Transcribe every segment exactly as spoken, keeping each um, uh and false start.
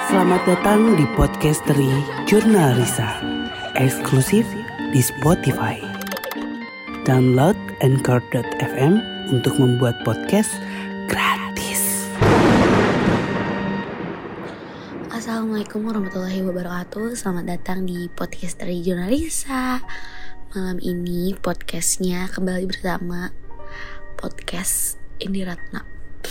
Selamat datang di podcast dari Jurnal Risa, eksklusif di Spotify. Download anchor dot f m untuk membuat podcast gratis. Assalamualaikum warahmatullahi wabarakatuh. Selamat datang di podcast dari Jurnal Risa. Malam ini podcastnya kembali bersama podcast Indi Ratna.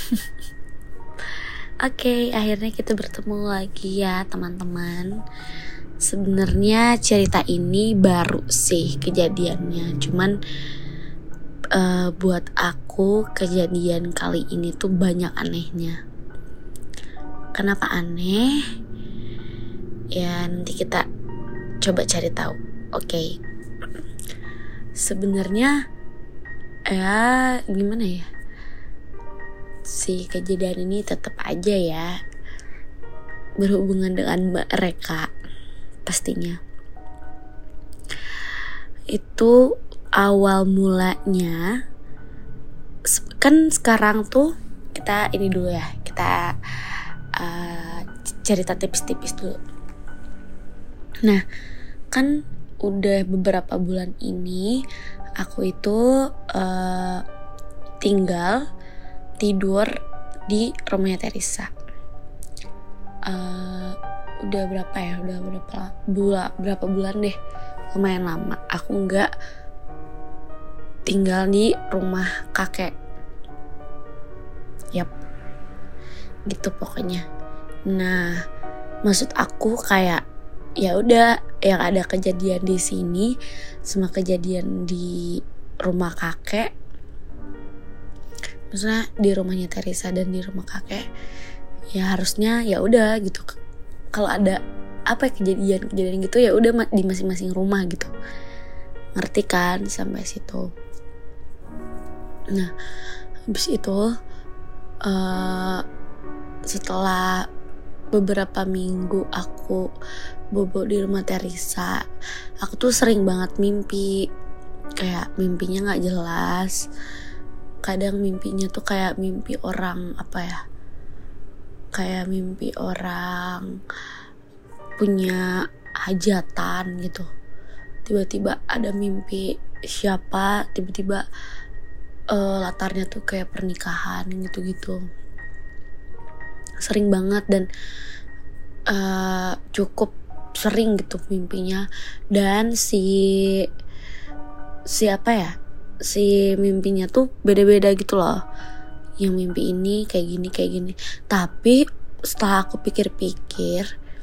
Oke, okay, akhirnya kita bertemu lagi ya teman-teman. Sebenarnya cerita ini baru sih kejadiannya, cuman uh, buat aku kejadian kali ini tuh banyak anehnya. Kenapa aneh? Ya nanti kita coba cari tahu. Oke, okay. Sebenarnya ya gimana ya? Si kejadian ini tetap aja ya berhubungan dengan mereka pastinya. Itu awal mulanya kan sekarang tuh kita ini dulu ya, kita uh, cerita tipis-tipis dulu. Nah, kan udah beberapa bulan ini aku itu uh, tinggal tidur di rumahnya Teresa. Uh, udah berapa ya? Udah berapa bulan? Berapa bulan deh? Lumayan lama. Aku nggak tinggal di rumah kakek. Yap, gitu pokoknya. Nah, maksud aku kayak ya udah yang ada kejadian di sini sama kejadian di rumah kakek. Maksudnya di rumahnya Teresa dan di rumah kakek ya harusnya ya udah gitu. Kalau ada apa kejadian-kejadian gitu ya udah di masing-masing rumah gitu. Ngerti kan sampai situ. Nah, habis itu uh, setelah beberapa minggu aku bobo di rumah Teresa, aku tuh sering banget mimpi. Kayak mimpinya gak jelas. Kadang mimpinya tuh kayak mimpi orang apa ya, kayak mimpi orang punya hajatan gitu. Tiba-tiba ada mimpi siapa, tiba-tiba uh, latarnya tuh kayak pernikahan gitu-gitu. Sering banget dan uh, cukup sering gitu mimpinya. Dan si siapa ya si mimpinya tuh beda-beda gitu loh. Yang mimpi ini kayak gini kayak gini. Tapi setelah aku pikir-pikir,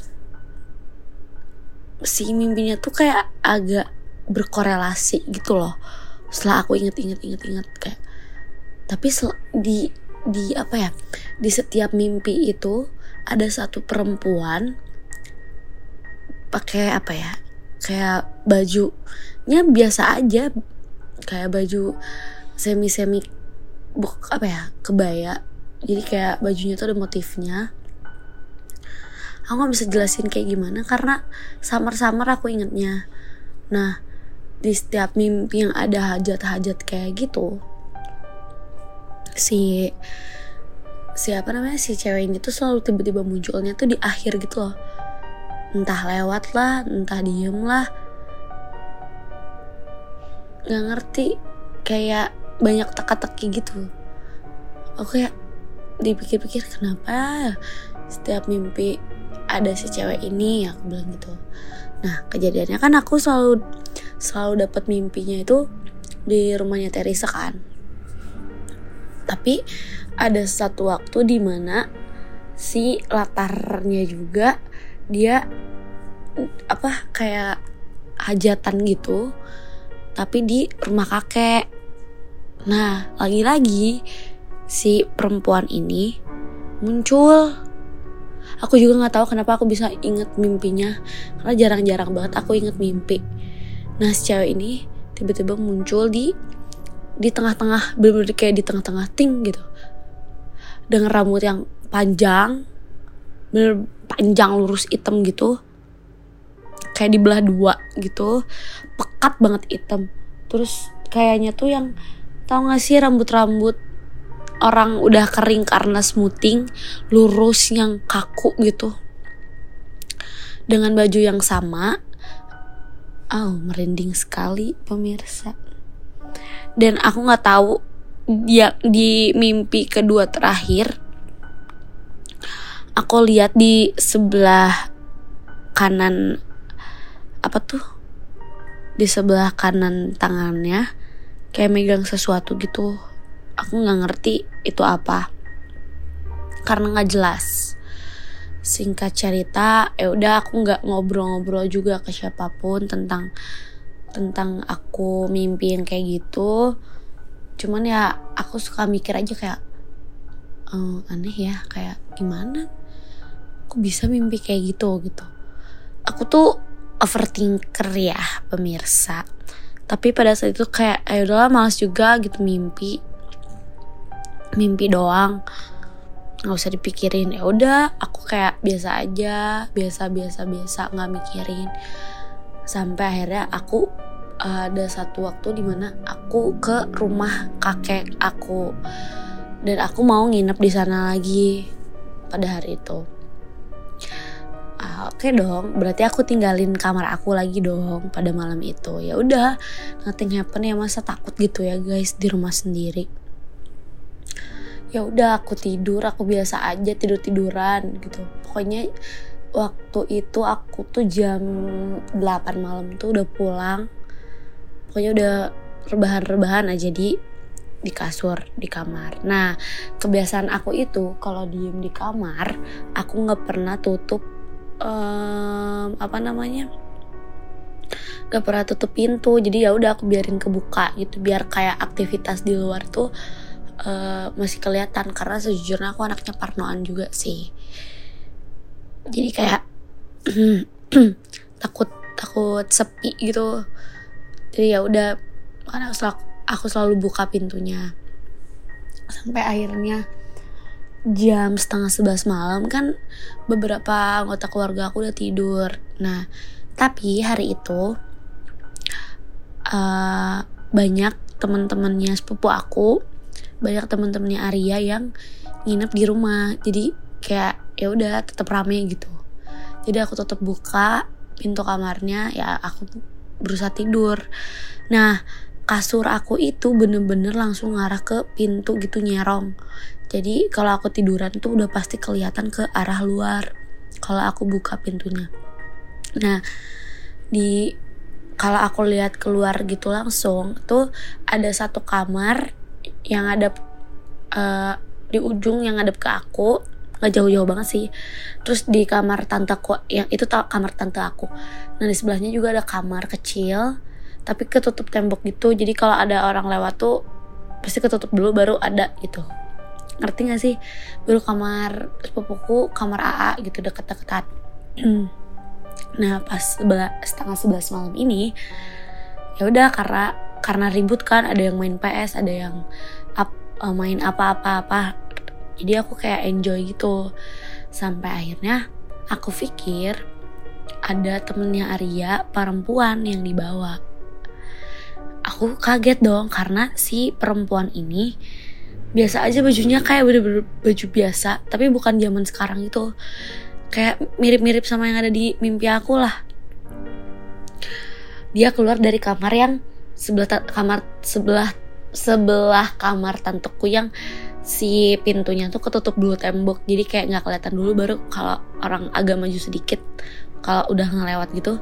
si mimpinya tuh kayak agak berkorelasi gitu loh. Setelah aku inget-inget inget-inget kayak, tapi sel- di di apa ya? Di setiap mimpi itu ada satu perempuan pakai apa ya? Kayak bajunya biasa aja, kayak baju semi-semi buk apa ya, kebaya. Jadi kayak bajunya tuh ada motifnya. Aku gak bisa jelasin kayak gimana karena samar-samar aku ingetnya. Nah, di setiap mimpi yang ada hajat-hajat kayak gitu, si siapa namanya si cewek ini tuh selalu tiba-tiba munculnya tuh di akhir gitu loh. Entah lewat lah, entah diem lah, nggak ngerti, kayak banyak teka-teki gitu. Aku kayak dipikir-pikir kenapa setiap mimpi ada si cewek ini, aku bilang gitu. Nah, kejadiannya kan aku selalu selalu dapat mimpinya itu di rumahnya Teresa kan. Tapi ada satu waktu di mana si latarnya juga dia apa kayak hajatan gitu, tapi di rumah kakek. Nah, lagi-lagi si perempuan ini muncul. Aku juga nggak tahu kenapa aku bisa inget mimpinya, karena jarang-jarang banget aku inget mimpi. Nah, si cewek ini tiba-tiba muncul di di tengah-tengah, bener-bener kayak di tengah-tengah ting gitu, dengan rambut yang panjang, bener panjang lurus hitam gitu, kayak dibelah dua gitu, pekat banget hitam. Terus kayaknya tuh yang, tau gak sih rambut-rambut orang udah kering karena smoothing, lurus yang kaku gitu. dengan baju yang sama. Oh, merinding sekali pemirsa. Dan aku nggak tahu dia di mimpi kedua terakhir, aku lihat di sebelah kanan, apa tuh, di sebelah kanan tangannya kayak megang sesuatu gitu. Aku nggak ngerti itu apa karena nggak jelas. Singkat cerita, ya udah aku nggak ngobrol-ngobrol juga ke siapapun tentang tentang aku mimpi yang kayak gitu. Cuman ya aku suka mikir aja kayak oh, aneh ya, kayak gimana aku bisa mimpi kayak gitu gitu. Aku tuh overthinker ya pemirsa. Tapi pada saat itu kayak ayo udahlah, malas juga gitu mimpi. Mimpi doang, nggak usah dipikirin. Ya udah, aku kayak biasa aja, biasa biasa biasa, nggak mikirin. Sampai akhirnya aku uh, ada satu waktu dimana aku ke rumah kakek aku dan aku mau nginep di sana lagi pada hari itu. Uh, Oke okay dong, berarti aku tinggalin kamar aku lagi dong pada malam itu. Ya udah, nothing happen ya, masa takut gitu ya guys di rumah sendiri. Ya udah aku tidur, aku biasa aja tidur-tiduran gitu. Pokoknya waktu itu aku tuh jam delapan malam tuh udah pulang. Pokoknya udah rebahan-rebahan aja di di kasur, di kamar. Nah, kebiasaan aku itu kalau diem di kamar, aku nggak pernah tutup um, apa namanya, nggak pernah tutup pintu. Jadi ya udah aku biarin kebuka gitu, biar kayak aktivitas di luar tuh Uh, masih kelihatan. Karena sejujurnya aku anaknya parnoan juga sih, jadi kayak takut takut sepi gitu. Jadi ya udah, karena aku selalu, aku selalu buka pintunya. Sampai akhirnya jam setengah sebelas malam kan beberapa anggota keluarga aku udah tidur. Nah tapi hari itu uh, banyak teman-temannya sepupu aku, banyak teman-temannya Arya yang nginep di rumah. Jadi kayak ya udah tetap rame gitu. Jadi aku tetap buka pintu kamarnya, ya aku berusaha tidur. Nah kasur aku itu bener-bener langsung ngarah ke pintu gitu, nyerong. Jadi kalau aku tiduran tuh udah pasti kelihatan ke arah luar kalau aku buka pintunya. Nah di kalau aku lihat keluar gitu langsung tuh ada satu kamar yang ada uh, di ujung yang ngadep ke aku, nggak jauh-jauh banget sih. Terus di kamar tanteku, yang itu ta- kamar tante aku. Nah di sebelahnya juga ada kamar kecil, tapi ketutup tembok gitu. Jadi kalau ada orang lewat tuh pasti ketutup dulu baru ada gitu. Ngerti nggak sih? Baru kamar sepupuku, kamar A A gitu, deket-deketan. Nah pas sebelah, setengah sebelas malam ini, ya udah karena karena ribut kan, ada yang main P S, ada yang up, uh, main apa-apa-apa. Jadi aku kayak enjoy gitu. Sampai akhirnya aku pikir ada temennya Arya perempuan yang dibawa. Aku kaget dong karena si perempuan ini biasa aja bajunya, kayak bener-bener baju biasa, tapi bukan zaman sekarang itu. Kayak mirip-mirip sama yang ada di mimpi aku lah. Dia keluar dari kamar yang sebelah ta- kamar sebelah sebelah kamar tanteku yang si pintunya tuh ketutup dulu tembok. Jadi kayak nggak kelihatan dulu, baru kalau orang agak maju sedikit, kalau udah ngelewat gitu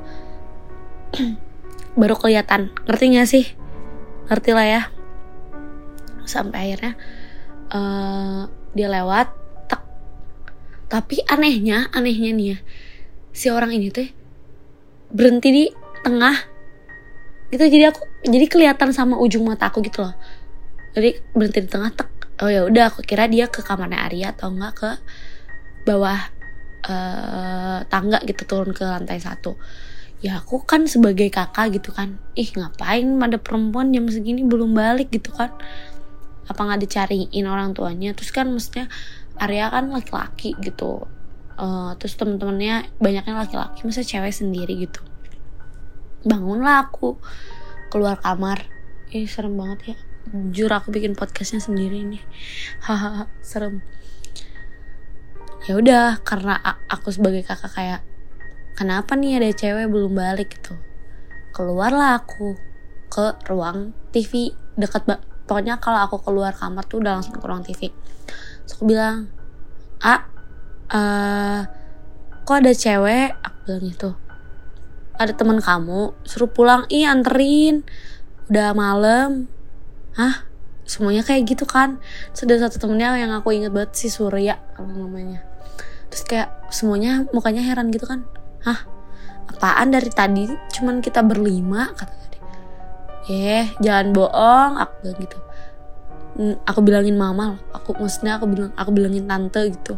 baru kelihatan. Ngerti nggak sih? Ngerti lah ya. Sampai akhirnya uh, dia lewat, tek. Tapi anehnya, anehnya nih ya, si orang ini tuh berhenti di tengah gitu. Jadi aku jadi kelihatan sama ujung mata aku gitu loh. Jadi berhenti di tengah, tek. Oh ya udah, aku kira dia ke kamarnya Arya atau enggak ke bawah uh, tangga gitu, turun ke lantai satu. Ya aku kan sebagai kakak gitu kan, ih ngapain ada perempuan jam segini belum balik gitu kan, apa nggak dicariin orang tuanya. Terus kan maksudnya Arya kan laki-laki gitu, uh, terus temen-temennya banyaknya laki-laki, masa cewek sendiri gitu. Bangunlah aku, keluar kamar. Ih serem banget ya, jujur aku bikin podcastnya sendiri nih, hahaha serem. Ya udah, karena aku sebagai kakak kayak kenapa nih ada cewek belum balik gitu. Keluarlah aku ke ruang T V dekat ba- pokoknya kalau aku keluar kamar tuh udah langsung ke ruang T V. Terus aku bilang, ah uh, kok ada cewek, aku bilang gitu, ada teman kamu suruh pulang, ih anterin udah malam. Hah, semuanya kayak gitu kan. Terus ada satu temennya yang aku inget banget, si Surya namanya. Terus kayak semuanya mukanya heran gitu kan. Hah, apaan dari tadi cuman kita berlima, kata tadi. Eh, jangan bohong, aku bilang gitu. Aku bilangin mama, aku maksudnya aku bilang aku bilangin tante gitu.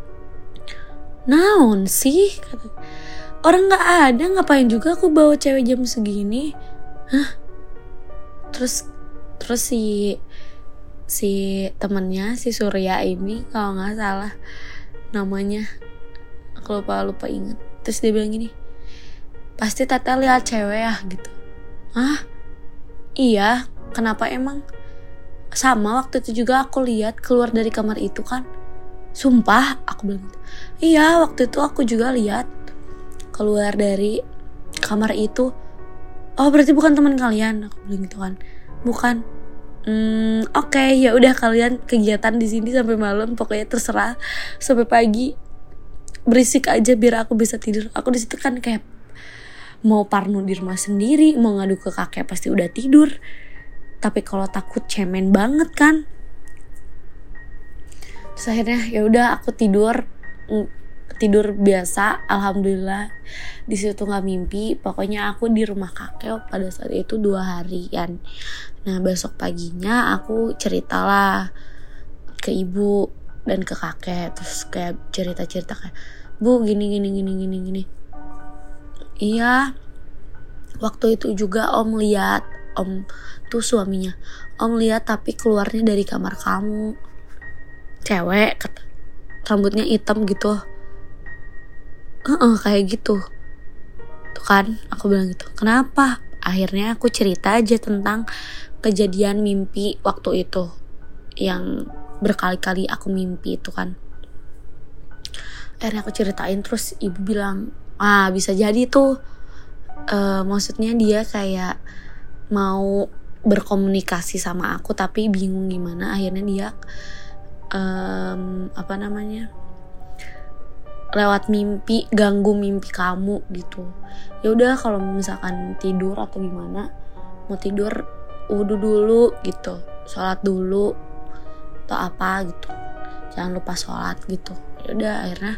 Naon sih, kata. Orang nggak ada, ngapain juga aku bawa cewek jam segini. Hah? Terus terus si si temennya si Surya ini kalau nggak salah namanya, aku lupa lupa inget. Terus dia bilang gini, pasti Tata lihat cewek ya gitu. Hah? Iya, kenapa emang? Sama waktu itu juga aku lihat keluar dari kamar itu kan. Sumpah, aku bilang gitu. Iya, waktu itu aku juga lihat keluar dari kamar itu. Oh, berarti bukan teman kalian, aku bilang gitu kan. Bukan. Hmm, oke, okay, ya udah kalian kegiatan di sini sampai malam, pokoknya terserah sampai pagi. Berisik aja biar aku bisa tidur. Aku di situ kan kayak mau parno di rumah sendiri, mau ngadu ke kakek pasti udah tidur. Tapi kalau takut cemen banget kan. Terus akhirnya ya udah aku tidur tidur biasa, alhamdulillah di situ nggak mimpi. Pokoknya aku di rumah kakek pada saat itu dua harian. Nah besok paginya aku ceritalah ke ibu dan ke kakek, terus kayak cerita-cerita kayak, bu gini gini gini gini gini. Iya, waktu itu juga om lihat, om tuh suaminya, om lihat tapi keluarnya dari kamar kamu, cewek, kata, rambutnya hitam gitu. Uh-uh, kayak gitu tuh kan, aku bilang gitu. Kenapa? Akhirnya aku cerita aja tentang kejadian mimpi waktu itu yang berkali-kali aku mimpi itu kan. Akhirnya aku ceritain, terus ibu bilang, ah bisa jadi tuh uh, maksudnya dia kayak mau berkomunikasi sama aku tapi bingung gimana. Akhirnya dia um, apa namanya lewat mimpi ganggu mimpi kamu gitu. Ya udah kalau misalkan tidur atau gimana, mau tidur wudu dulu gitu, sholat dulu atau apa gitu, jangan lupa sholat gitu. Ya udah akhirnya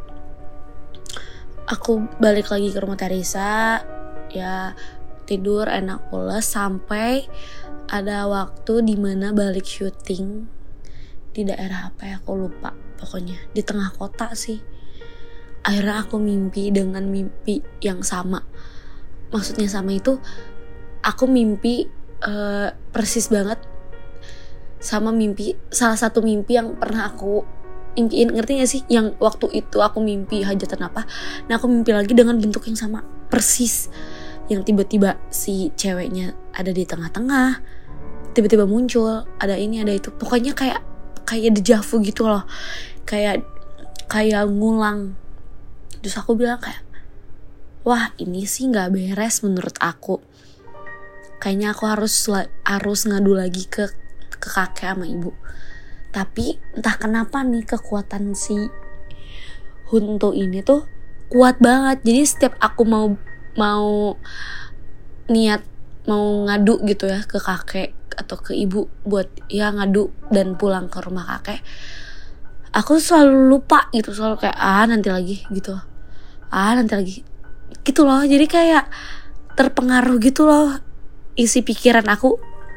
aku balik lagi ke rumah Teresa, ya tidur enak pules sampai ada waktu dimana balik syuting di daerah apa ya aku lupa, pokoknya di tengah kota sih. Akhirnya aku mimpi dengan mimpi yang sama. Maksudnya sama itu aku mimpi uh, persis banget sama mimpi, salah satu mimpi yang pernah aku impiin, ngerti gak sih? Yang waktu itu aku mimpi hajatan apa, nah aku mimpi lagi dengan bentuk yang sama persis. Yang tiba-tiba si ceweknya ada di tengah-tengah, tiba-tiba muncul, ada ini ada itu, pokoknya kayak kayak deja vu gitu loh, kayak kayak ngulang. Terus aku bilang kayak, wah ini sih nggak beres menurut aku. Kayaknya aku harus harus ngadu lagi ke ke kakek sama ibu. Tapi entah kenapa nih kekuatan si Hunto ini tuh kuat banget. Jadi setiap aku mau mau niat mau ngadu gitu ya ke kakek atau ke ibu buat ya ngadu dan pulang ke rumah kakek, aku selalu lupa gitu, selalu kayak ah nanti lagi gitu. Ah nanti lagi gitu loh. Jadi kayak terpengaruh gitu loh isi pikiran aku.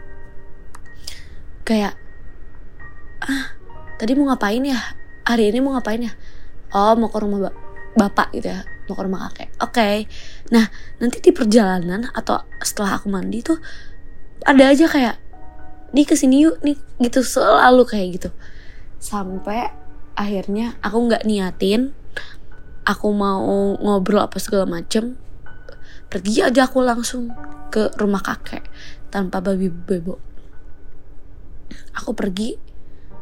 Kayak ah tadi mau ngapain ya, hari ini mau ngapain ya, oh mau ke rumah ba- bapak gitu ya, mau ke rumah kakek. Oke okay. Nah nanti di perjalanan atau setelah aku mandi tuh ada aja kayak nih kesini yuk nih gitu, selalu kayak gitu. Sampai akhirnya aku gak niatin, aku mau ngobrol apa segala macem, pergi aja aku langsung ke rumah kakek tanpa babi bebo. Aku pergi,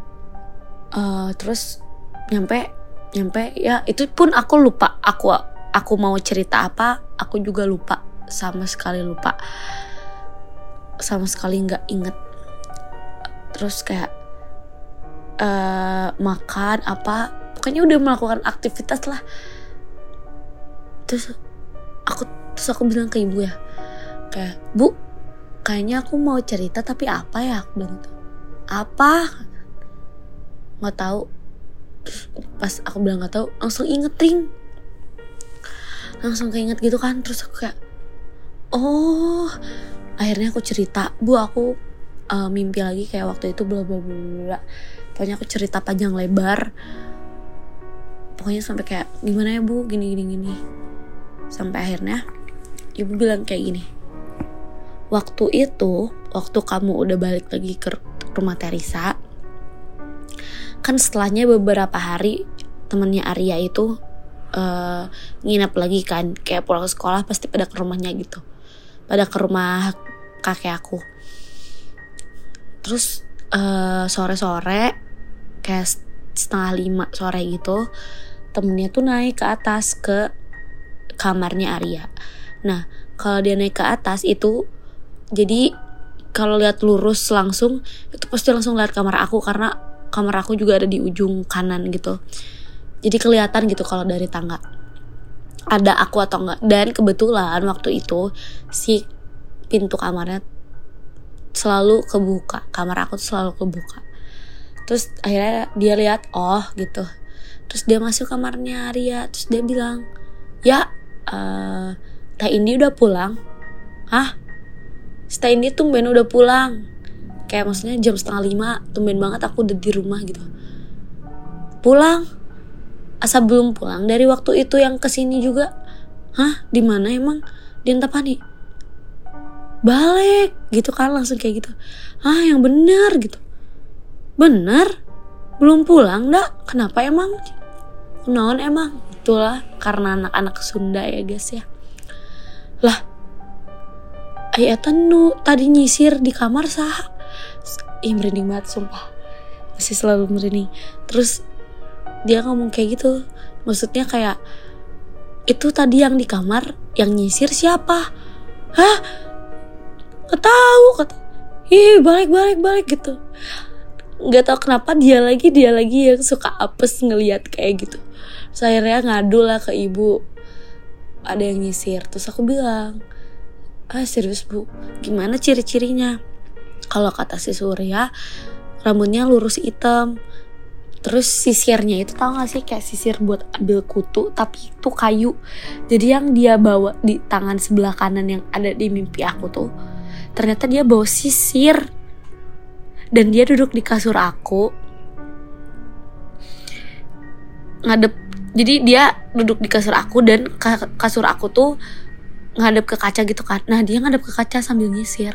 uh, terus nyampe, nyampe ya itu pun aku lupa aku aku mau cerita apa, aku juga lupa, sama sekali lupa, sama sekali nggak inget. Terus kayak uh, makan apa, pokoknya udah melakukan aktivitas lah. Terus aku terus aku bilang ke ibu ya, kayak Bu, kayaknya aku mau cerita tapi apa ya, aku bilang gitu. Apa? Nggak tahu. Terus pas aku bilang nggak tahu, langsung inget ting, langsung keinget gitu kan. Terus aku kayak, oh, akhirnya aku cerita, Bu aku uh, mimpi lagi kayak waktu itu bla bla bla bla. Pokoknya aku cerita panjang lebar. Pokoknya sampai kayak gimana ya Bu, gini gini gini. Sampai akhirnya ibu bilang kayak gini, waktu itu, waktu kamu udah balik lagi ke rumah Teresa, kan setelahnya beberapa hari temannya Arya itu uh, nginep lagi kan, kayak pulang sekolah pasti pada ke rumahnya gitu, pada ke rumah kakek aku. Terus uh, sore-sore kayak setengah lima sore gitu, temennya tuh naik ke atas ke kamarnya Arya. Nah kalau dia naik ke atas itu, jadi kalau lihat lurus langsung itu pasti langsung lihat kamar aku, karena kamar aku juga ada di ujung kanan gitu. Jadi kelihatan gitu kalau dari tangga ada aku atau enggak. Dan kebetulan waktu itu si pintu kamarnya selalu kebuka, kamar aku tuh selalu kebuka. Terus akhirnya dia lihat, oh gitu. Terus dia masuk kamarnya Arya, terus dia bilang, ya uh, Teh Indi udah pulang. Hah? Teh Indi tumben udah pulang. Kayak maksudnya jam setengah lima, tumben banget aku udah di rumah gitu. Pulang? Asa belum pulang dari waktu itu yang kesini juga? Hah? Di mana emang? Di Antapani? Balik gitu kan, langsung kayak gitu. Ah yang bener gitu. Bener? Belum pulang dah? Kenapa emang? Kenaon emang? Itulah karena anak-anak Sunda ya guys ya. Lah Ayah nu tadi nyisir di kamar sah. Ih merinding banget sumpah, masih selalu merinding. Terus dia ngomong kayak gitu, maksudnya kayak itu tadi yang di kamar yang nyisir siapa? Hah? Gak tahu kata. Ih balik balik balik gitu. Gak tahu kenapa dia lagi dia lagi yang suka apes ngelihat kayak gitu. Terus akhirnya ngadu lah ke ibu, ada yang nyisir. Terus aku bilang, ah serius Bu, gimana ciri-cirinya? Kalau kata si Surya, rambutnya lurus hitam. Terus sisirnya itu tau gak sih, kayak sisir buat ambil kutu, tapi itu kayu. Jadi yang dia bawa di tangan sebelah kanan yang ada di mimpi aku tuh, ternyata dia bawa sisir. Dan dia duduk di kasur aku, ngadep. Jadi dia duduk di kasur aku dan kasur aku tuh ngadep ke kaca gitu kan. Nah dia ngadep ke kaca sambil nyisir.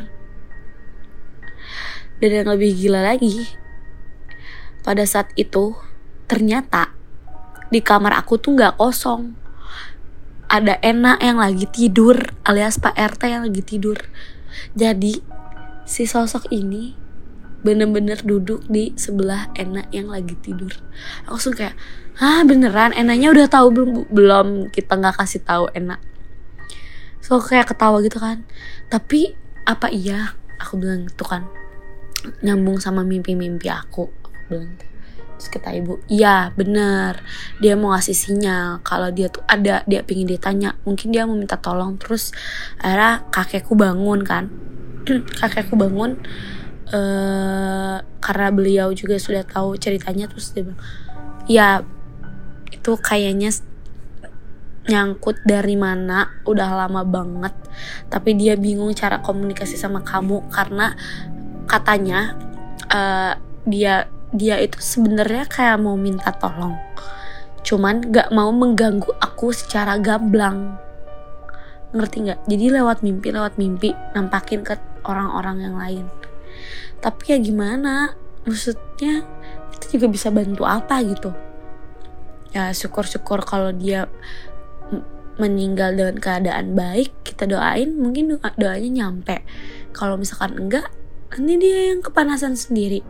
Dan yang lebih gila lagi, pada saat itu ternyata di kamar aku tuh gak kosong. Ada Enak yang lagi tidur, alias Pak R T yang lagi tidur. Jadi si sosok ini bener-bener duduk di sebelah Enak yang lagi tidur. Aku langsung kayak, ah beneran Enaknya udah tahu belum? Belum, kita gak kasih tahu Enak. So kayak ketawa gitu kan. Tapi apa iya? Aku bilang gitu kan, nyambung sama mimpi-mimpi aku, aku bilang. Terus kata ibu, iya bener, dia mau ngasih sinyal kalau dia tuh ada, dia pingin ditanya, mungkin dia mau minta tolong. Terus akhirnya kakekku bangun kan. Kakekku bangun uh, karena beliau juga sudah tahu ceritanya. Terus dia bilang, ya itu kayaknya nyangkut dari mana, udah lama banget, tapi dia bingung cara komunikasi sama kamu karena katanya uh, dia dia itu sebenarnya kayak mau minta tolong, cuman gak mau mengganggu aku secara gamblang, ngerti gak? Jadi lewat mimpi lewat mimpi nampakin ke orang-orang yang lain. Tapi ya gimana, maksudnya kita juga bisa bantu apa gitu. Ya syukur-syukur kalau dia meninggal dengan keadaan baik, kita doain, mungkin doa, doanya nyampe. Kalau misalkan enggak, nanti dia yang kepanasan sendiri.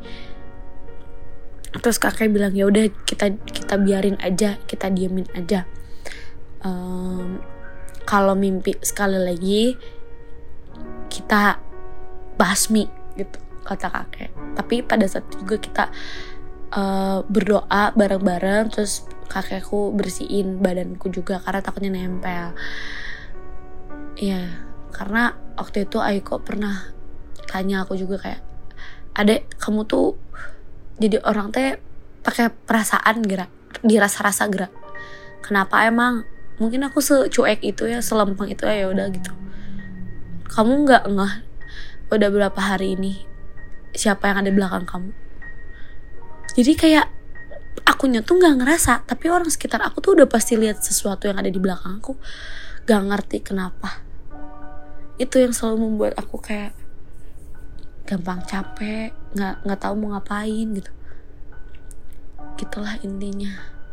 Terus kakek bilang, ya udah kita kita biarin aja, kita diemin aja. um, kalau mimpi sekali lagi kita basmi gitu kata kakek. Tapi pada saat itu juga kita uh, berdoa bareng-bareng, terus kakekku bersihin badanku juga karena takutnya nempel. Ya, karena waktu itu Aiko pernah tanya aku juga kayak, adek kamu tuh jadi orang teh pakai perasaan gerak, dirasa-rasa gerak. Kenapa emang? Mungkin aku secuek itu ya, selempeng itu ya udah gitu. Kamu nggak ngeh udah berapa hari ini siapa yang ada di belakang kamu? Jadi kayak akunya tuh nggak ngerasa, tapi orang sekitar aku tuh udah pasti lihat sesuatu yang ada di belakang aku. Gak ngerti kenapa. Itu yang selalu membuat aku kayak gampang capek, nggak nggak tahu mau ngapain gitu. Gitulah intinya.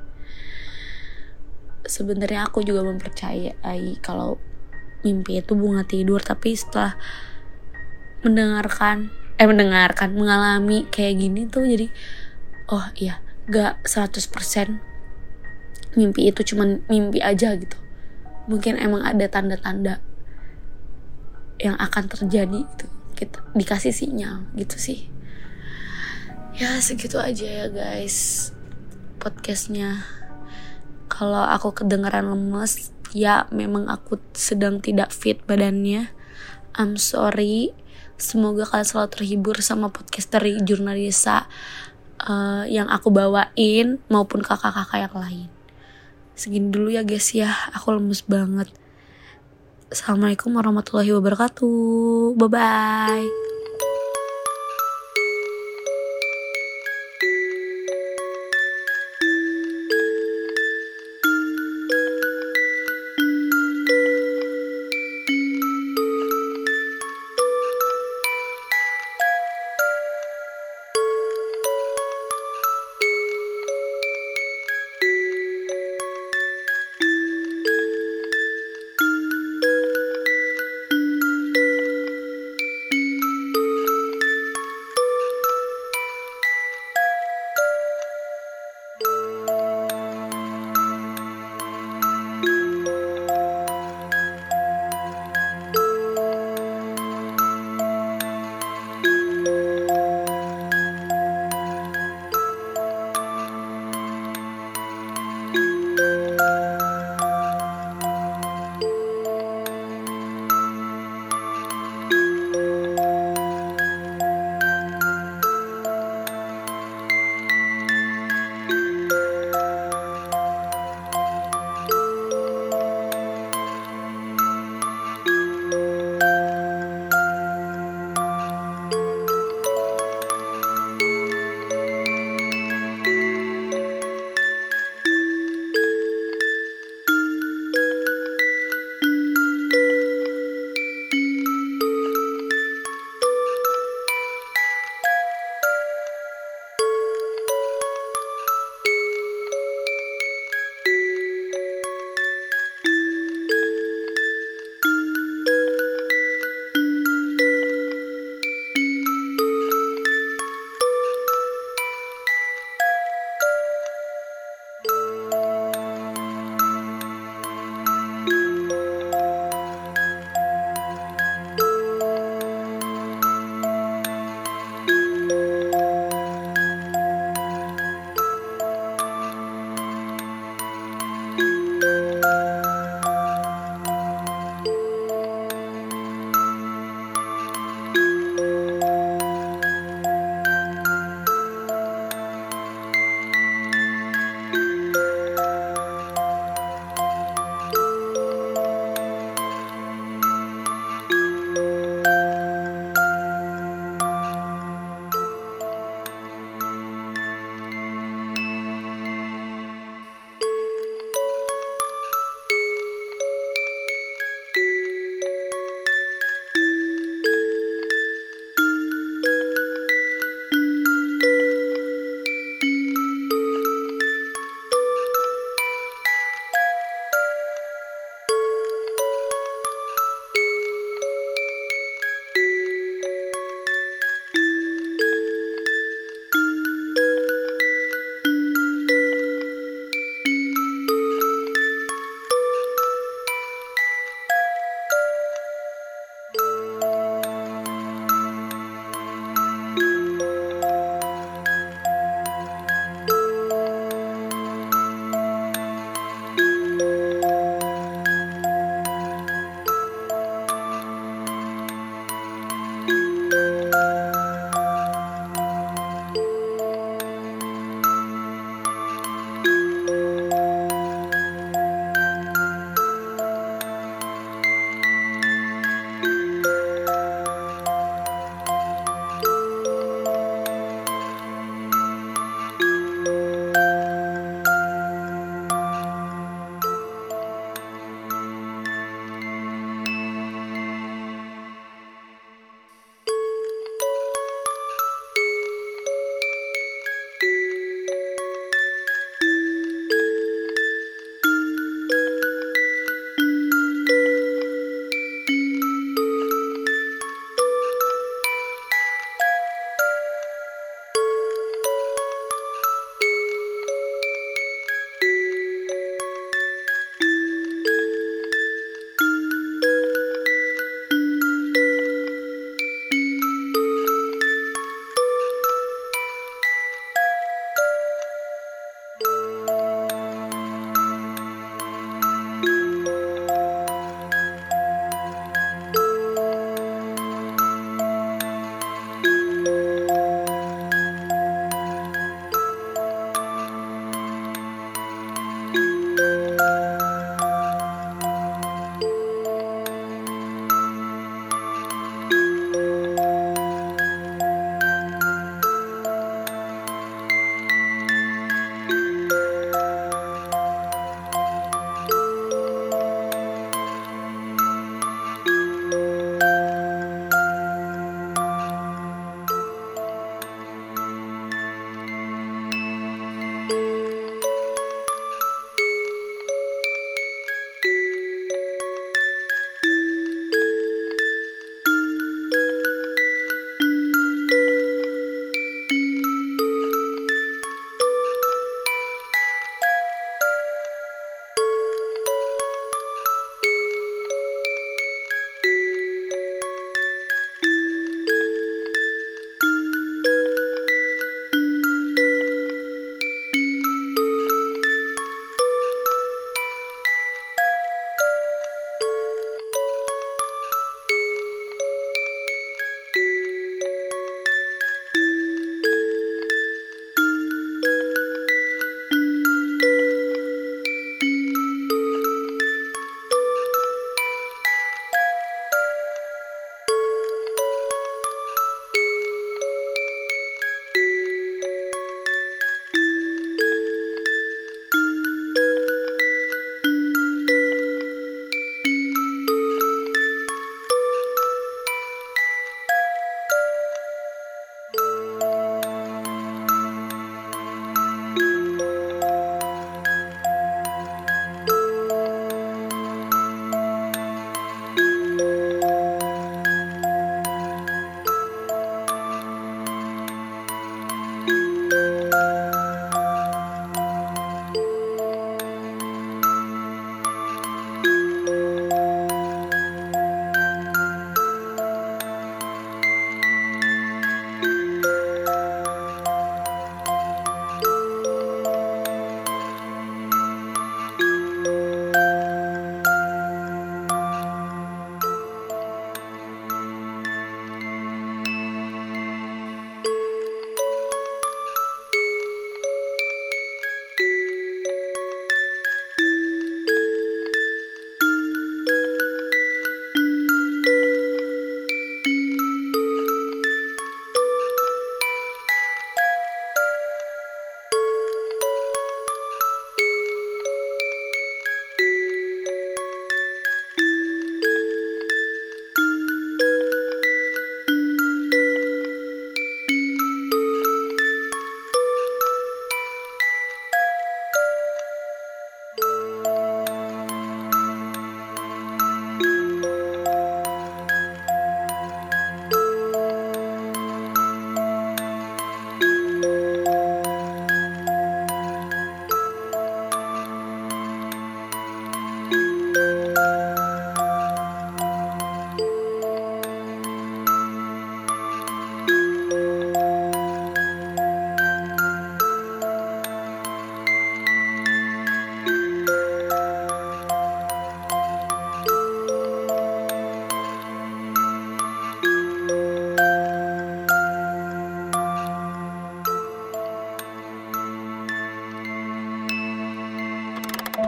Sebenarnya aku juga mempercayai kalau mimpi itu bunga tidur, tapi setelah mendengarkan eh mendengarkan mengalami kayak gini tuh jadi oh iya, gak seratus persen mimpi itu cuman mimpi aja gitu. Mungkin emang ada tanda-tanda yang akan terjadi gitu, kita dikasih sinyal gitu sih. Ya segitu aja ya guys podcastnya. Kalau aku kedengeran lemes, ya memang aku sedang tidak fit badannya. I'm sorry. Semoga kalian selalu terhibur sama podcast dari Jurnalisa uh, yang aku bawain maupun kakak-kakak yang lain. Segini dulu ya guys ya, aku lemes banget. Assalamualaikum warahmatullahi wabarakatuh. Bye bye.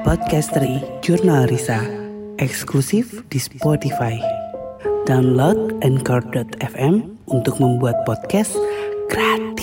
Podcasteri Jurnal Risa, eksklusif di Spotify. Download anchor dot f m untuk membuat podcast gratis.